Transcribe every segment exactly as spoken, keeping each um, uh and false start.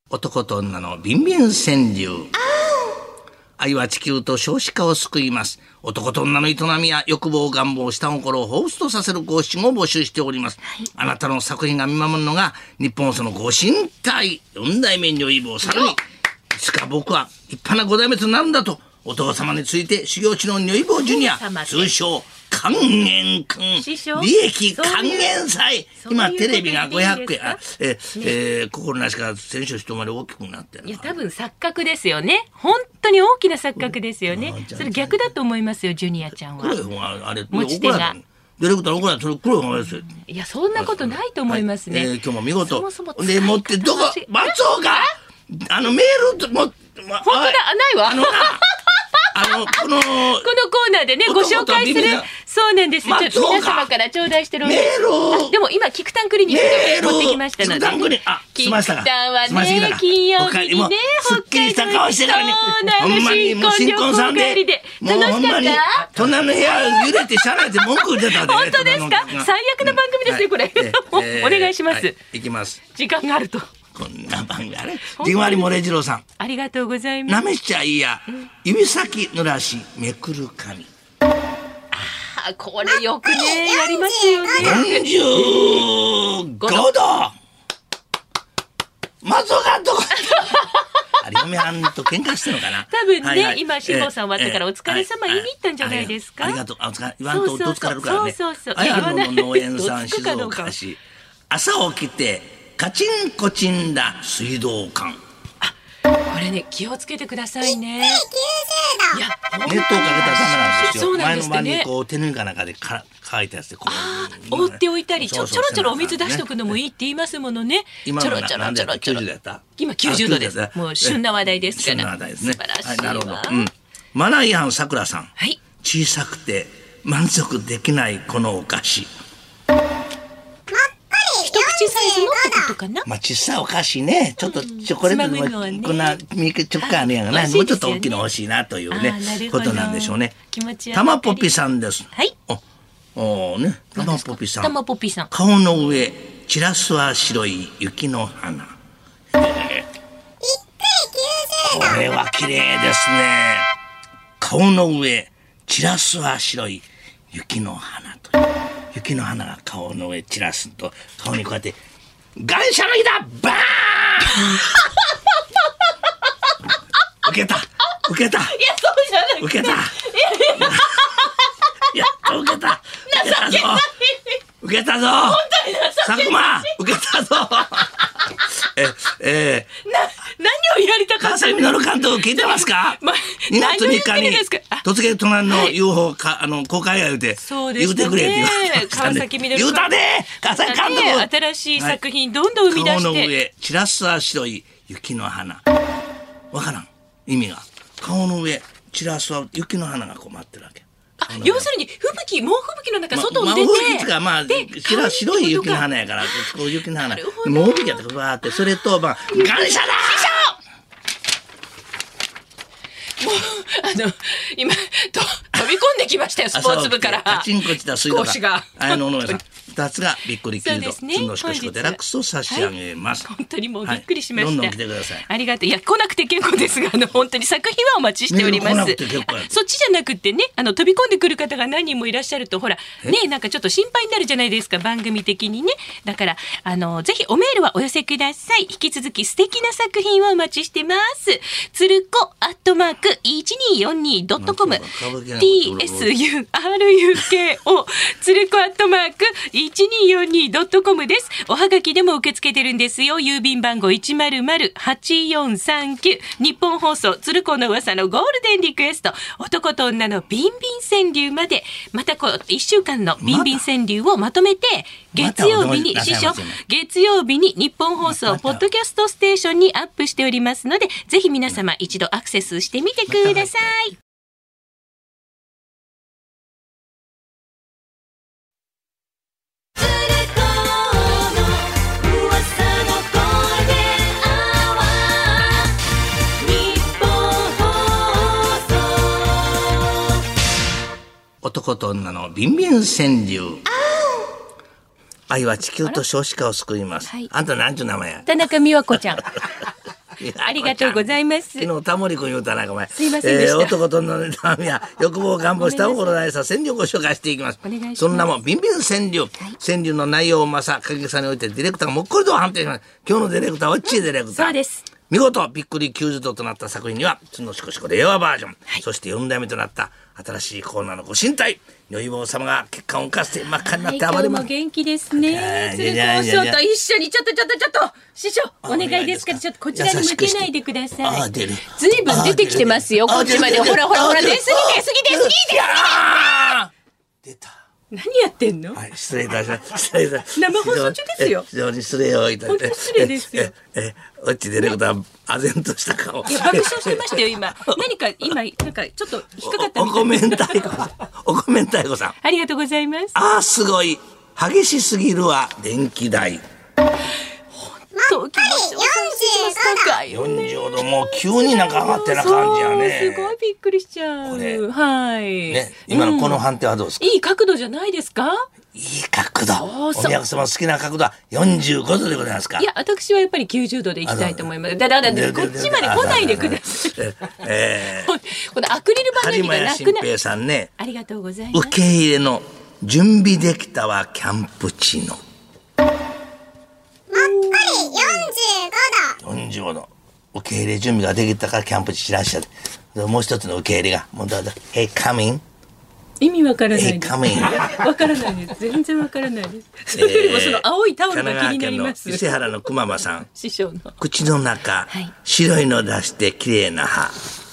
男と女のビンビン川柳。愛は地球と少子化を救います。男と女の営みや欲望願望下心を彷彿とさせる五七五を募集しております、はい、あなたの作品が見守るのが日本そのご神体四代目如意棒。さらにいつか僕は立派な五代目となるんだと男様について修行中の如意棒ジュニア、通称還元くん、利益還元祭。今テレビがごひゃくえん、あえ、ねえー、心なしか選手一回り大きくなってる。 いや多分錯覚ですよね。本当に大きな錯覚ですよね。それ逆だと思いますよ、ジュニアちゃんは。 黒い方があれ持ち手がディレクター怒られそれ黒い方がですよ。 いやそんなことないと思いますね、 はい。えー、今日も見事そもそもで持ってどこ松岡あのメールとも、 ま、本当だ、ないわ。 あのあのこのこのコーナーでねご紹介する、そうなんです。ちょっと皆様から頂戴してるメール。 でも今キクタンクリニック持ってきましたので、 キクタンクリニック、あ、 キクタンはね金曜日にねすっきりした顔してたのに、ほんまにもう新婚さんで楽しかった。 隣の部屋揺れて車内で文句出たで。 本当ですか。最悪な番組ですねこれ。お願いします。 いきます。 時間があると。 こんな番組あれ。じんわりもれじろうさん。 ありがとうございます。 なめちゃいや、指先濡らしめくる髪。 ああ、これよくねやりますよね。 よんじゅうごど。松岡どこ。あれ嫁はんと喧嘩してるのかな。 多分ね、はいはい、今志保さん終わったからお疲れ様言いに行ったんじゃないですか。 ありがとう。あ、お疲れ。言わんとどつかれるからね。 そうそうそう。 あやの農園さん静岡市。朝起きて。カチンコチンだ水道管。 あ、これね気をつけてくださいね。いや熱湯をかけたらダメなんですよ。 そうなんですね。 前の晩にこう手ぬいかなんかでか乾いたやつでこう、 ああ、覆っておいたり、ちょちょろちょろお水出しとくのもいいって言いますものね。 今のちょろちょろちょろちょろ。 今きゅうじゅうどです。もう旬な話題ですから。 旬な話題ですね。 素晴らしいわ。 なるほど。うん。マナー違反さくらさん。 はい。 小さくて満足できないこのお菓子。 一口サイズのってことかな。 まあ小さいお菓子ね、ちょっとチョコレートでもこんなミルクチョコあるやんがね、もうちょっと大きいの欲しいなというねことなんでしょうね。 気持ちたまぽぴさんです。 はい。 おおね、たまぽぴさん。 たまぽぴさん。 顔の上チラスは白い雪の花。これは綺麗ですね。顔の上チラスは白い雪の花という。雪の花が顔の上散らすと顔にこうやって感謝の日だバーン受けた受けた。いやそうじゃなくて受けた。いや受けた情けない。 受けたぞ本当に情けない。 佐久間受けたぞええー、な何をやりたかった。 川崎稔監督聞いてますか、ま、にがつみっかに突撃隣の ユーフォー かあの公開や言うて言うてくれって言われて川崎稔言うたで川崎監督、 新しい作品どんどん生み出して、 顔の上チラスは白い雪の花。わからん意味が。顔の上チラスは雪の花がこう待ってるわけ。 あ、要するに吹雪、猛吹雪の中、外に出て、 ま、吹雪がまあ白, 白い雪の花やからこう雪の花猛吹雪やってバーってそれとまあ感謝だ師匠。 もうあの今と飛び込んできましたよスポーツ部から。 カチンコチだ水道があの野上さんふたつがびっくりキルドつんのしこしこデラックスを差し上げます、 はい、本当にもうびっくりしました、 はい、どんどん来てください。 ありがとう。いや来なくて結構ですがあの本当に作品はお待ちしております。そっちじゃなくてねあの飛び込んでくる方が何人もいらっしゃるとほらねなんかちょっと心配になるじゃないですか番組的にね。だからあのぜひおメールはお寄せください。引き続き素敵な作品をお待ちしてます。つるこアットマーク いちにーよんにードットコム ティーエスユーアールユーケーオー つるこアットマーク いちにーよんにードットコム です。おはがきでも受け付けてるんですよ。郵便番号 いちまるまるはちよんさんきゅう 日本放送つるこの噂のゴールデンリクエスト男と女のビンビン川柳までまたこういっしゅうかんのビンビン川柳をまとめて月曜日に師匠月曜日に日本放送ポッドキャストステーションにアップしておりますのでぜひ皆様一度アクセスしてみてください。 男と女のビンビン川柳。愛は地球と少子化を救います。あんたなんちゅう名前や。 田中美和子ちゃんありがとうございます。 昨日タモリ君言うたなお前。 すいませんでした。 えー、男との痛みや欲望願望下心大さ川柳をご紹介していきます。 お願いします。 そんなもんビンビン川柳、はい、川柳の内容をまさ影さにおいてディレクターがもっこりと判定します。今日のディレクターはチーディレクター。 そうです。 見事びっくりきゅうじゅうどとなった作品にはつのしこしこ令和バージョン、はい、そしてよんだいめとなった新しいコーナーのご神体如意棒様が血管を浮かせて真っ赤になって暴れます。 はい、今日も元気ですね。鶴光師匠と一緒にちょっとちょっとちょっと師匠お願いですからちょっとこちらに向けないでください。ずいぶん出てきてますよこっちまで。ほらほらほら出過ぎ出過ぎ出過ぎ出過ぎ。出た。何やってんの？ はい、失礼いたします。失礼いたします。 生放送中ですよ。 非常に失礼をいただいて。 本当失礼ですよ。 え、え、おっちディレクター、唖然とした顔。 いや、爆笑してましたよ、今。何か、今、なんか、ちょっと引っかかったみたいな。 おごめんたいこさん。おごめんたいこさん。 ありがとうございます。 ああ、すごい。激しすぎるわ、電気代。 東京よんじゅうどもう急になんか上がってな感じやね。 すごいびっくりしちゃう。 これはい、 ね、今のこの判定はどうですか？ いい角度じゃないですか？ いい角度。 そうそう。 お宮様好きな角度はよんじゅうごどでございますか？ いや、私はやっぱりきゅうじゅうどでいきたいと思います。だだだだこっちまで来ないでください。えー、このアクリル板の意味がなくなる。 播磨屋新平さんね。 ありがとうございます。 受け入れの準備できたわキャンプ地の。よんじゅうごど受け入れ準備ができたからキャンプ地いらっしゃる。もう一つの受け入れがもうどうぞ Hey coming 意味わからないです。Hey わからないです。全然わからないです。それよりもその青いタオルが気になります。 伊勢原のくままさん師匠の口の中、はい、白いの出して綺麗な歯。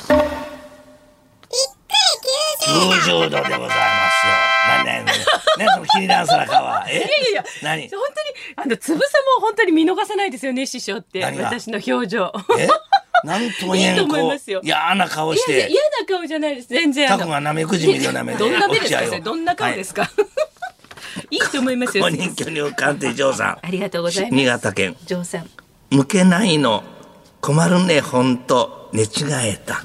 きゅうじゅうどでございますよ。何何何何その気になるさな顔は。え？いやいやいや。何？ 本当にあのつぶさも本当に見逃さないですよね師匠って。私の表情。 え？なんとも言えんこう嫌な顔して。いや嫌な顔じゃないです全然。 タコがなめくじみるような目で。 どんな目ですかそれ？どんな顔ですか？いいと思いますよ。 公認許入鑑定嬢さん。 ありがとうございます。 新潟県。 嬢さん。 向けないの困るね本当寝違えた。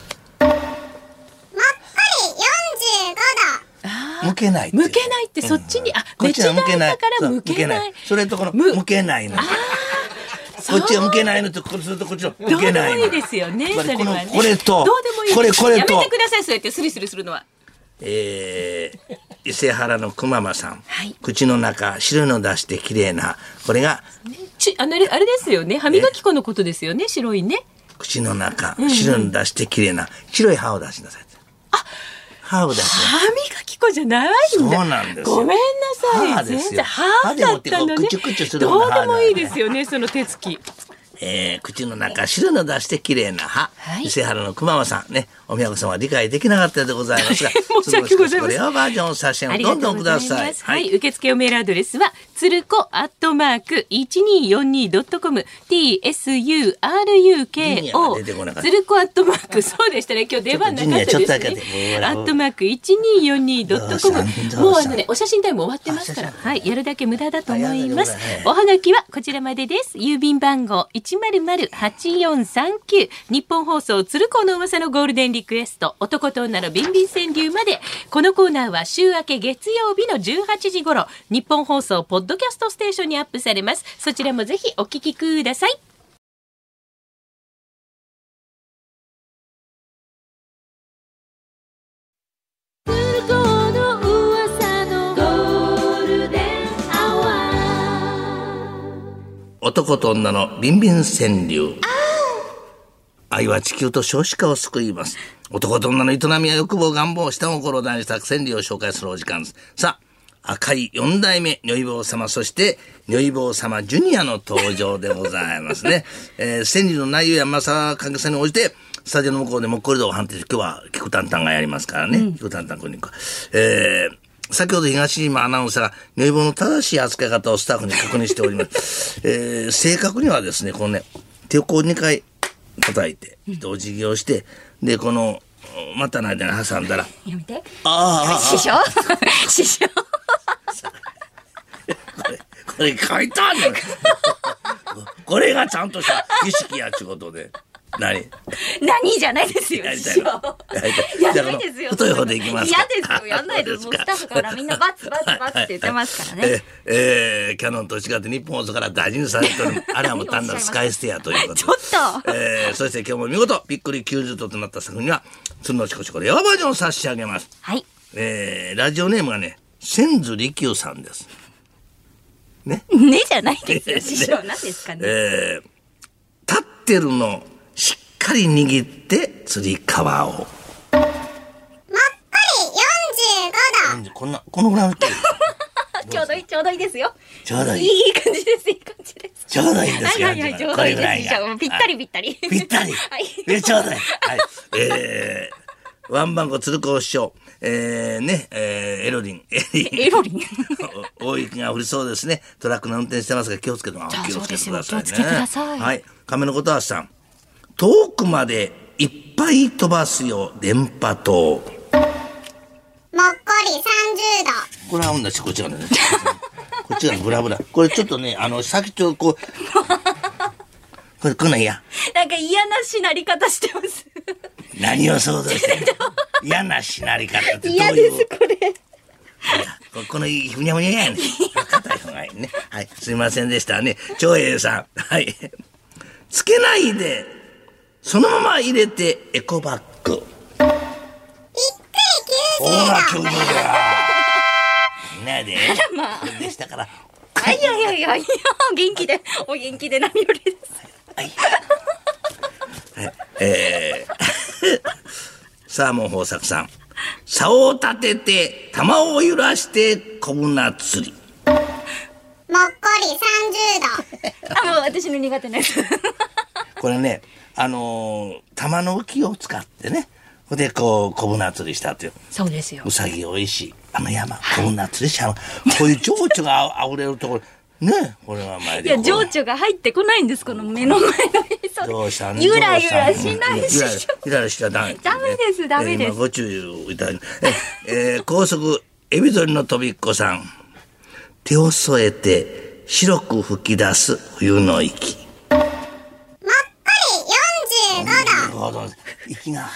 向けない向けないってそっちに、うん、あ寝違えたから向けない。 それとこの向けないの。こっちが向けないのとこれするとこっちの向けないの。 どうでもいいですよね。それはね。 これとどうでもいい。 これこれとやめてくださいそうやってスリスリするのは。 えー、伊勢原のくままさん、 はい、 口の中白いの出して綺麗なこれがちあのあれですよね歯磨き粉のことですよね白いね。 口の中白いの出して綺麗な白い歯を出しなさい。 あ歯を出す。 歯磨き粉じゃないんだ。 そうなんですよ。 ごめんなさい。 歯ですよ。 歯だったのね。 クチュクチュするような歯どうでもいいですよねその手つき。 えー、口の中白いの出して綺麗な歯、はい、伊勢原のくままさんねお宮子さんは理解できなかったでございますが申し訳ございません。 これはバージョン差し上げどんどんください。 はい、受付おメールアドレスはつるこアットマークいちにーよんにードットコム ティーエスユーアールユーケーオー つるこアットマークそうでしたね今日出番なかったですね。アットマークいちにーよんにードットコムもうあのねお写真タイム終わってますからはいやるだけ無駄だと思います。おはがきはこちらまでです。郵便番号いちまるまるはちよんさんきゅう日本放送鶴光の噂のゴールデンリクエスト男と女のビンビン川柳まで。このコーナーは週明け月曜日のじゅうはちじ頃日本放送ポッドキャストステーションにアップされます。そちらもぜひお聞きください。 男と女のビンビン川柳。愛は地球と少子化を救います。男と女の営みや欲望願望下心を題にした川柳を紹介するお時間です。さあ赤いよんだいめ如意棒様そして如意棒様ジュニアの登場でございますね、えー、川柳の内容やまさ関係さに応じてスタジオの向こうでもっこり度を判定して今日はキクタンタンがやりますからね、うん、キクタンタン君にえー先ほど東島アナウンサーが如意棒の正しい扱い方をスタッフに確認しております、えー、正確にはですねこのね手をこうにかい叩いてお辞儀をしてでこの股の間に挟んだらやめてああ師匠師匠これこれ書いたんのこれがちゃんとした儀式やちゅうことで何何じゃないですよ。 やりたいのやりたい。 やらないですよ。 太い方でいきますか。 嫌ですよ。やんないです。もうスタッフからみんなバツバツバツって言ってますからね。 ええー、キャノンと違って日本放送から大事にされておるあれはもう単なる使い捨てやということでちょっと、 えー、そして今日も見事びっくりきゅうじゅうどとなった作品には鶴のしこしこレアバージョンを差し上げます。 はい。 えー、ラジオネームがね千鶴利休さんですね。 ねじゃないですよ。師匠何ですかね。 えー、立ってるのしっかり握ってつり革を。もっこりよんじゅうごど。こんなこのぐらいのちょうどいいちょうどいいですよ。 ちょうどいい。 いい感じですいい感じです。 ちょうどいいですよ。 はいはいはいちょうどいいです。ぴったりぴったり。 ぴったり。 はい。 えちょうどいい。はい。えー、ワンバンコ鶴光師匠。えー、ね、えー、エロリン。エエロリン大雪が降りそうですね。トラックの運転してますが気をつけて気をつけてくださいね。 気をつけてください。 はい。亀のことはさん。遠くまでいっぱい飛ばすよ電波塔。もっこりさんじゅうど。これはうんだしこっちがね。こっちがブラブラ。これちょっとねあの先ちょこう。これこんなん嫌。 なんか嫌なしなり方してます。 何を想像してる嫌なしなり方ってどういう。 嫌ですこれ。 このふにゃふにゃやね。硬い方がいいね。はい、すいませんでしたね。長英さん。はい。つけないで、そのまま入れてエコバッグ。びっくりきゅうじゅうど。ほら、きゅうじゅうどや。みんなで。あらまあ。でしたから。 いやいやいやいや、元気で、お元気で何よりです。 はい。はい、えー、サーモン豊作さん。竿を立てて玉を揺らして小舟釣り。もっこりさんじゅうど。 あ、もう私の苦手なやつ。 これね、あのー、玉の浮きを使ってね、でこう小舟釣りしたっていう。 そうですよ。 うさぎおいしいあの山小舟釣りしちゃう。こういう情緒があふれるところ。ね、これは前で。 いや、情緒が入ってこないんです、この目の前の人。 どうしたね。 ゆらゆらしないし。 ゆらゆらしちゃダメ。 ダメです、ダメです。 ご注意いただき。えー、高速エビゾリのとびっこさん。手を添えて白く吹き出す冬の息。もっこりよんじゅうごど。息が。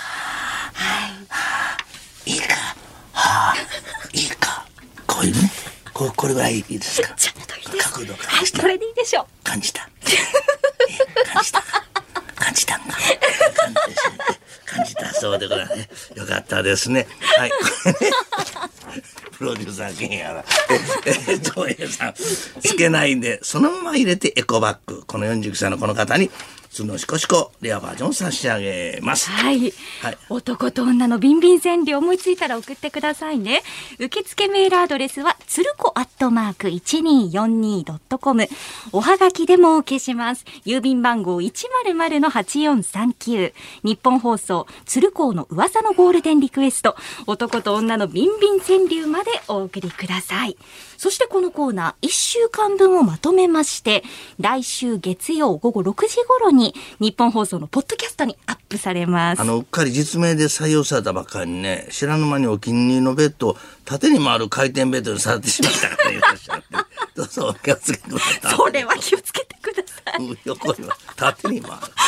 いいか。はあ、いいか。こういうね。ここれぐらいいいですか。 ちょっといいです。 角度はい、これでいいでしょう。 感じた。感じた。感じたんか。感じたそうでございますね。よかったですね。はい。プロデューサー兼やら。え、長英さん。つけないんで、そのまま入れてエコバッグ。このよんじゅうきゅうさいのこの方に、鶴のしこしこレアバージョン差し上げます。 はい。はい、男と女のビンビン川柳思いついたら送ってくださいね。受付メールアドレスは、つるこアットマーク いちにーよんにードットコム。おはがきでも受けします。郵便番号 いちまるまるのはちよんさんきゅう。日本放送、鶴光の噂のゴールデンリクエスト。男と女のビンビン川柳までお送りください。そしてこのコーナー、いっしゅうかんぶんをまとめまして、来週月曜ごごろくじ頃に日本放送のポッドキャストにアップされます。 あのうっかり実名で採用されたばっかりにね、知らぬ間にお気に入りのベッドを縦に回る回転ベッドにされてしまった方いらっしゃって、どうぞお気をつけください。 それは気をつけてください。 横には縦に回る。